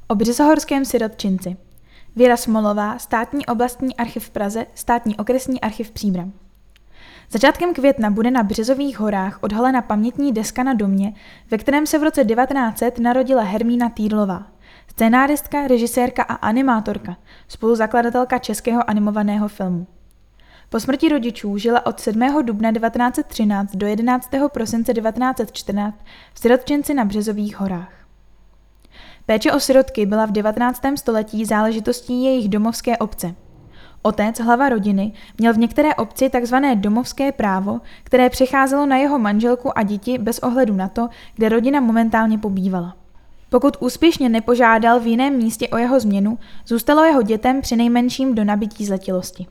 O březohorském sirotčinci. Věra Smolová, Státní oblastní archiv v Praze, Státní okresní archiv Příbram. Začátkem května bude na Březových horách odhalena pamětní deska na domě, ve kterém se v roce 1900 narodila Hermína Týrlová, scénáristka, režisérka a animátorka, spoluzakladatelka českého animovaného filmu. Po smrti rodičů žila od 7. dubna 1913 do 11. prosince 1914 v sirotčinci na Březových horách. Péče o sirotky byla v 19. století záležitostí jejich domovské obce. Otec, hlava rodiny, měl v některé obci tzv. Domovské právo, které přecházelo na jeho manželku a děti bez ohledu na to, kde rodina momentálně pobývala. Pokud úspěšně nepožádal v jiném místě o jeho změnu, zůstalo jeho dětem přinejmenším do nabytí zletilosti.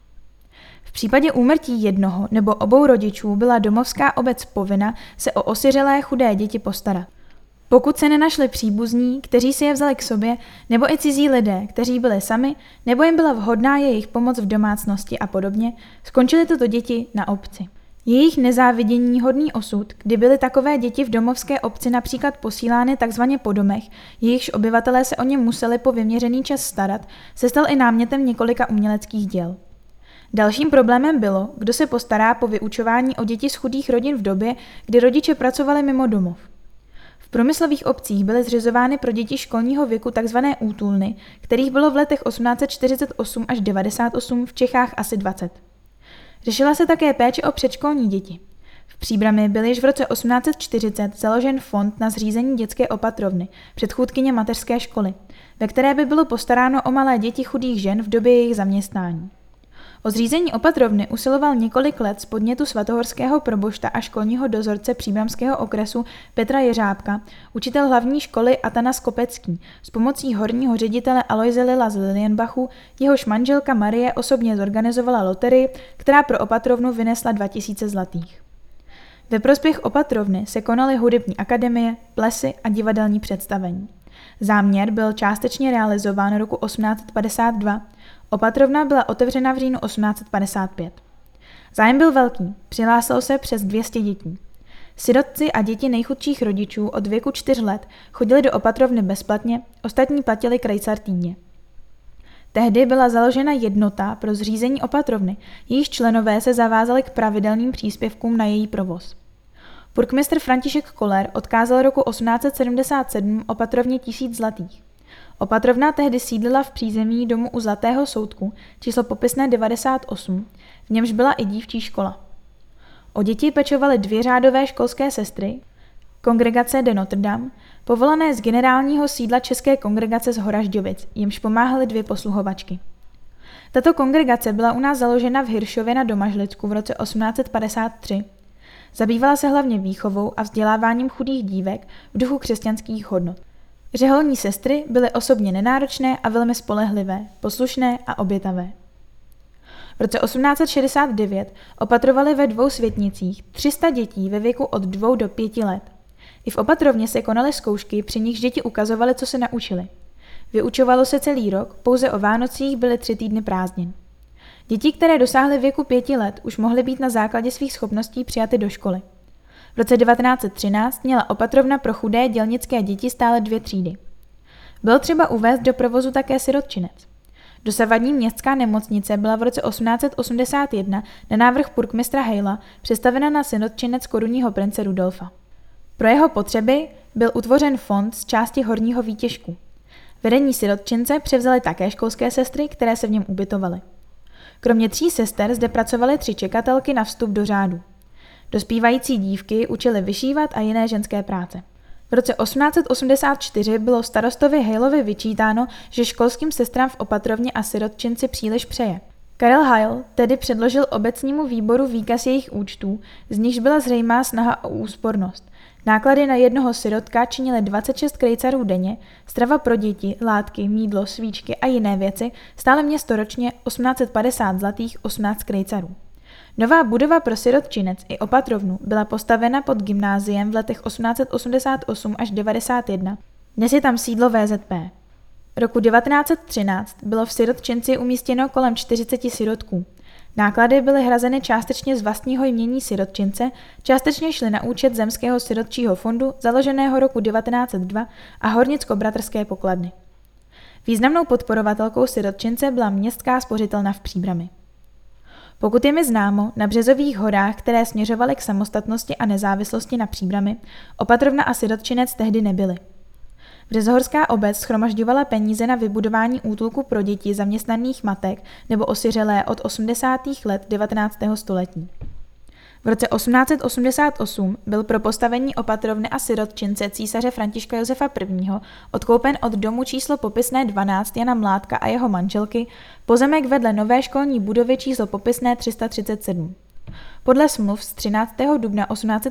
V případě úmrtí jednoho nebo obou rodičů byla domovská obec povinna se o osiřelé chudé děti postarat. Pokud se nenašli příbuzní, kteří si je vzali k sobě, nebo i cizí lidé, kteří byli sami, nebo jim byla vhodná jejich pomoc v domácnosti a podobně, skončily tyto děti na obci. Jejich nezávidění hodný osud, kdy byly takové děti v domovské obci například posílány takzvaně po domech, jejichž obyvatelé se o ně museli po vyměřený čas starat, se stal i námětem několika uměleckých děl. Dalším problémem bylo, kdo se postará po vyučování o děti z chudých rodin v době, kdy rodiče pracovali mimo domov. V průmyslových obcích byly zřizovány pro děti školního věku tzv. Útulny, kterých bylo v letech 1848 až 98 v Čechách asi 20. Řešila se také péče o předškolní děti. V Příbrami byl již v roce 1840 založen fond na zřízení dětské opatrovny, předchůdkyně mateřské školy, ve které by bylo postaráno o malé děti chudých žen v době jejich zaměstnání. O zřízení opatrovny usiloval několik let z podnětu svatohorského probošta a školního dozorce příbramského okresu Petra Jeřábka, učitel hlavní školy Atanas Kopecký, s pomocí horního ředitele Aloise Lila z Lilienbachu, jehož manželka Marie osobně zorganizovala loterii, která pro opatrovnu vynesla 2000 zlatých. Ve prospěch opatrovny se konaly hudební akademie, plesy a divadelní představení. Záměr byl částečně realizován roku 1852, opatrovna byla otevřena v říjnu 1855. Zájem byl velký, přihlásilo se přes 200 dětí. Sirotci a děti nejchudších rodičů od věku 4 let chodili do opatrovny bezplatně, ostatní platili krejcar týdně. Tehdy byla založena jednota pro zřízení opatrovny, jejíž členové se zavázali k pravidelným příspěvkům na její provoz. Purkmistr František Koller odkázal roku 1877 opatrovně 1000 zlatých. Opatrovna tehdy sídlila v přízemí domu u Zlatého soudku, číslo popisné 98, v němž byla i dívčí škola. O děti pečovaly 2 řádové školské sestry, kongregace de Notre Dame, povolané z generálního sídla České kongregace z Horažďovic, jimž pomáhaly 2 posluhovačky. Tato kongregace byla u nás založena v Hiršově na Domažlicku v roce 1853. Zabývala se hlavně výchovou a vzděláváním chudých dívek v duchu křesťanských hodnot. Řeholní sestry byly osobně nenáročné a velmi spolehlivé, poslušné a obětavé. V roce 1869 opatrovali ve 2 světnicích 300 dětí ve věku od 2 do 5 let. I v opatrovně se konaly zkoušky, při nichž děti ukazovaly, co se naučili. Vyučovalo se celý rok, pouze o Vánocích byly 3 týdny prázdnin. Děti, které dosáhly věku 5 let, už mohly být na základě svých schopností přijaty do školy. V roce 1913 měla opatrovna pro chudé dělnické děti stále 2 třídy. Bylo třeba uvést do provozu také sirotčinec. Dosavadní městská nemocnice byla v roce 1881 na návrh purkmistra Hejla přestavěna na sirotčinec korunního prince Rudolfa. Pro jeho potřeby byl utvořen fond z části horního výtěžku. Vedení sirotčince převzaly také školské sestry, které se v něm ubytovaly. Kromě 3 sester zde pracovaly 3 čekatelky na vstup do řádu. Dospívající dívky učily vyšívat a jiné ženské práce. V roce 1884 bylo starostovi Hejlovi vyčítáno, že školským sestrám v opatrovně a sirotčinci příliš přeje. Karel Hejl tedy předložil obecnímu výboru výkaz jejich účtů, z nichž byla zřejmá snaha o úspornost. Náklady na jednoho sirotka činily 26 krejcarů denně, strava pro děti, látky, mýdlo, svíčky a jiné věci stále město ročně 1850 zlatých 18 krejcarů. Nová budova pro sirotčinec i opatrovnu byla postavena pod gymnáziem v letech 1888 až 91. Dnes je tam sídlo VZP. Roku 1913 bylo v sirotčinci umístěno kolem 40 sirotků. Náklady byly hrazeny částečně z vlastního jmění sirotčince, částečně šly na účet Zemského sirotčího fondu, založeného roku 1902 a Hornicko-bratrské pokladny. Významnou podporovatelkou sirotčince byla Městská spořitelna v Příbrami. Pokud je mi známo, na Březových horách, které směřovaly k samostatnosti a nezávislosti na Příbrami, opatrovna a sirotčinec tehdy nebyly. Březohorská obec shromažďovala peníze na vybudování útulku pro děti zaměstnaných matek nebo osiřelé od 80. let 19. století. V roce 1888 byl pro postavení opatrovny a sirotčince císaře Františka Josefa I. Odkoupen od domu číslo popisné 12 Jana Mládka a jeho manželky pozemek vedle nové školní budovy číslo popisné 337. Podle smluv z 13. dubna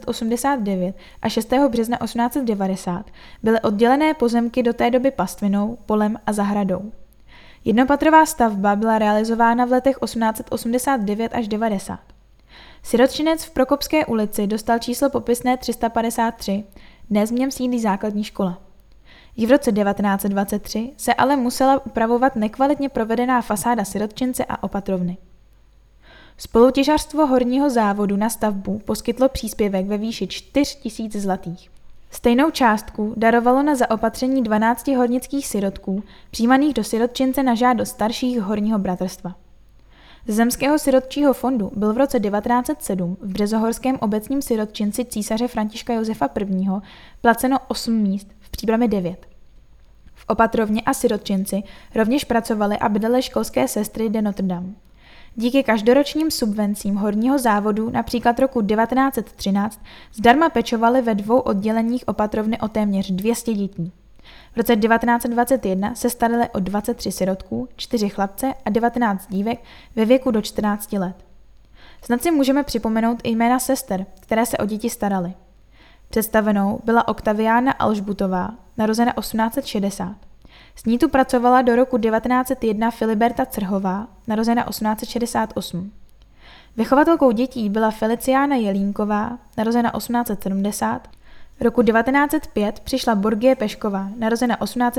1889 a 6. března 1890 byly oddělené pozemky do té doby pastvinou, polem a zahradou. Jednopatrová stavba byla realizována v letech 1889 až 90. Sirotčinec v Prokopské ulici dostal číslo popisné 353, dnes v něm sídlí základní škola. Již v roce 1923 se ale musela upravovat nekvalitně provedená fasáda sirotčince a opatrovny. Spolutěžařstvo Horního závodu na stavbu poskytlo příspěvek ve výši 4 000 zlatých. Stejnou částku darovalo na zaopatření 12 hornických sirotků, přijímaných do sirotčince na žádost starších Horního bratrstva. Z Zemského sirotčího fondu byl v roce 1907 v Březohorském obecním sirotčinci císaře Františka Josefa I. Placeno 8 míst, v Příbrami 9. V opatrovně a sirotčinci rovněž pracovaly a bydlely školské sestry de Notre Dame. Díky každoročním subvencím Horního závodu, například roku 1913, zdarma pečovaly ve 2 odděleních opatrovny o téměř 200 dětí. V roce 1921 se starali o 23 sirotků, 4 chlapce a 19 dívek ve věku do 14 let. Snad si můžeme připomenout i jména sester, které se o děti staraly. Představenou byla Oktaviána Alžbutová, narozena 1860. S ní tu pracovala do roku 1901 Filiberta Crhová, narozena 1868. Vychovatelkou dětí byla Feliciána Jelínková, narozena 1870. Roku 1905 přišla Borgie Pešková, narozena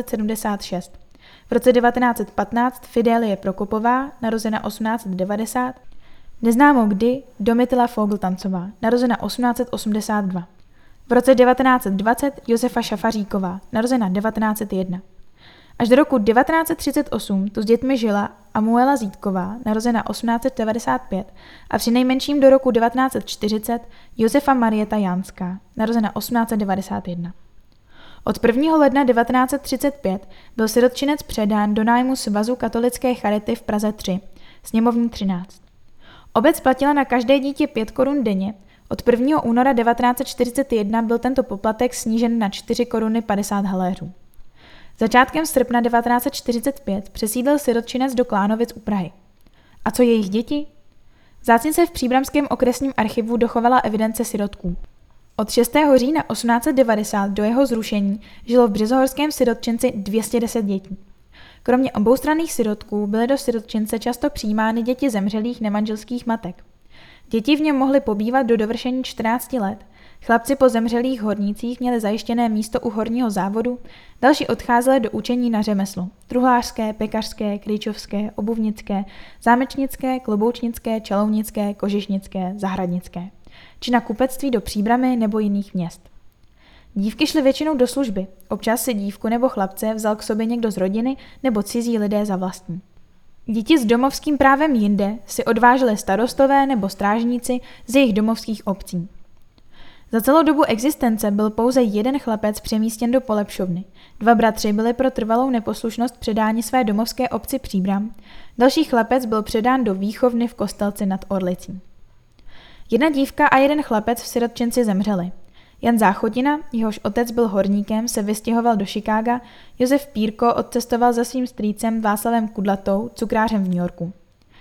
1876. V roce 1915 Fidélie Prokopová, narozena 1890. Neznámo kdy Domitila Fogltancová, narozena 1882. V roce 1920 Josefa Šafaříková, narozena 1901. Až do roku 1938 tu s dětmi žila Amuela Zítková, narozena 1895, a přinejmenším do roku 1940 Josefa Marieta Jánská, narozena 1891. Od 1. ledna 1935 byl sirotčinec předán do nájmu Svazu katolické charity v Praze 3, sněmovní 13. Obec platila na každé dítě 5 korun denně, od 1. února 1941 byl tento poplatek snížen na 4 koruny 50 haléřů. Začátkem srpna 1945 přesídlil sirotčinec do Klánovic u Prahy. A co jejich děti? Vzácně se v Příbramském okresním archivu dochovala evidence sirotků. Od 6. října 1890 do jeho zrušení žilo v Březohorském sirotčinci 210 dětí. Kromě oboustranných sirotků byly do sirotčince často přijímány děti zemřelých nemanželských matek. Děti v něm mohly pobývat do dovršení 14 let, chlapci po zemřelých hornících měli zajištěné místo u Horního závodu, další odcházeli do učení na řemeslo, truhlářské, pekařské, kryčovské, obuvnické, zámečnické, kloboučnické, čalounické, kožišnické, zahradnické, či na kupectví do Příbramy nebo jiných měst. Dívky šly většinou do služby, občas si dívku nebo chlapce vzal k sobě někdo z rodiny nebo cizí lidé za vlastní. Děti s domovským právem jinde si odváželi starostové nebo strážníci z jejich domovských obcí. Za celou dobu existence byl pouze jeden chlapec přemístěn do Polepšovny, 2 bratři byli pro trvalou neposlušnost předáni své domovské obci Příbram, další chlapec byl předán do výchovny v Kostelci nad Orlicí. 1 dívka a 1 chlapec v sirotčinci zemřeli. Jan Záchotina, jehož otec byl horníkem, se vystěhoval do Chicaga, Josef Pírko odcestoval za svým strýcem Václavem Kudlatou, cukrářem v New Yorku.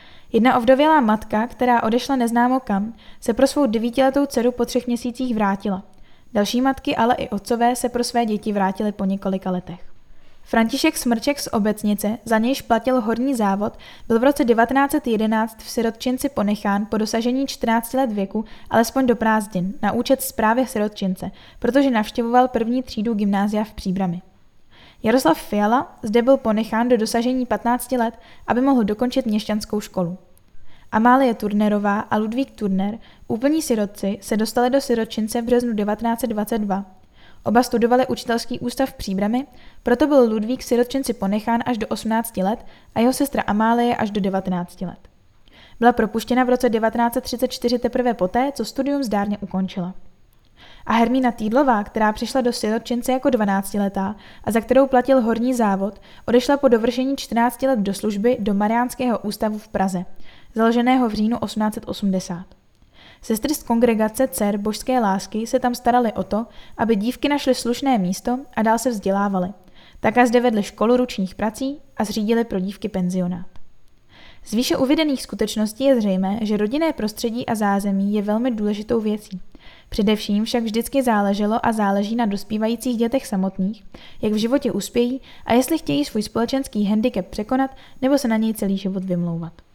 1 ovdovělá matka, která odešla neznámo kam, se pro svou 9letou dceru po 3 měsících vrátila. Další matky, ale i otcové se pro své děti vrátili po několika letech. František Smrček z Obecnice, za nějž platil Horní závod, byl v roce 1911 v sirotčinci ponechán po dosažení 14 let věku alespoň do prázdnin na účet správy sirotčince, protože navštěvoval 1. třídu gymnázia v Příbrami. Jaroslav Fiala zde byl ponechán do dosažení 15 let, aby mohl dokončit měšťanskou školu. Amálie Turnerová a Ludvík Turner, úplní sirotci, se dostali do sirotčince v březnu 1922. Oba studovali učitelský ústav v Příbrami, proto byl Ludvík v sirotčinci ponechán až do 18 let a jeho sestra Amálie až do 19 let. Byla propuštěna v roce 1934 teprve poté, co studium zdárně ukončila. A Hermína Týdlová, která přišla do sirotčince jako 12letá a za kterou platil horní závod, odešla po dovršení 14 let do služby do Mariánského ústavu v Praze, založeného v říjnu 1880. Sestry z kongregace dcer božské lásky se tam starali o to, aby dívky našly slušné místo a dál se vzdělávaly. Také zde vedli školu ručních prací a zřídili pro dívky penzionát. Z výše uvedených skutečností je zřejmé, že rodinné prostředí a zázemí je velmi důležitou věcí. Především však vždycky záleželo a záleží na dospívajících dětech samotných, jak v životě uspějí a jestli chtějí svůj společenský handicap překonat nebo se na něj celý život vymlouvat.